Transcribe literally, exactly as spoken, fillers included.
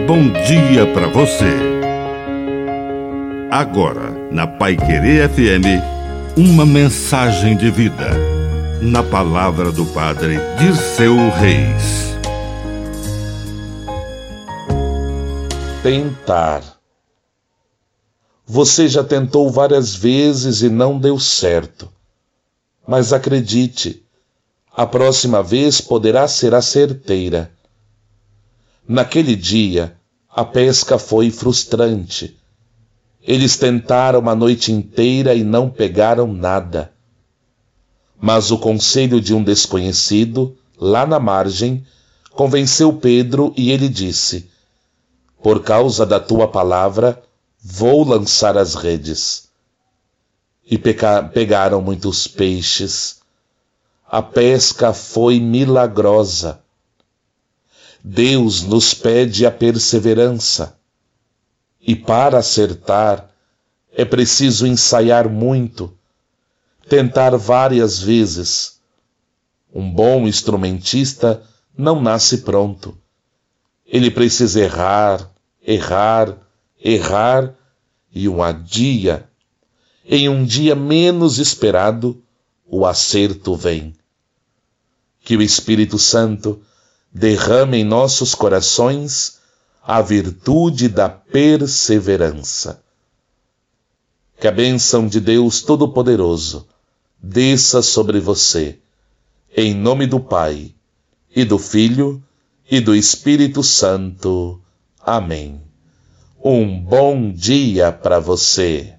bom dia para você. Agora, na Paiquerê F M, uma mensagem de vida. Na palavra do Padre Dirceu Reis. Tentar. Você já tentou várias vezes e não deu certo. Mas acredite, a próxima vez poderá ser a certeira. Naquele dia, a pesca foi frustrante. Eles tentaram a noite inteira e não pegaram nada. Mas o conselho de um desconhecido, lá na margem, convenceu Pedro e ele disse: por causa da tua palavra, vou lançar as redes. E peca- pegaram muitos peixes. A pesca foi milagrosa. Deus nos pede a perseverança. E para acertar, é preciso ensaiar muito, tentar várias vezes. Um bom instrumentista não nasce pronto. Ele precisa errar, errar, errar, e um dia, em um dia menos esperado, o acerto vem. Que o Espírito Santo derrame em nossos corações a virtude da perseverança. Que a bênção de Deus Todo-Poderoso desça sobre você, em nome do Pai, e do Filho, e do Espírito Santo. Amém. Um bom dia para você.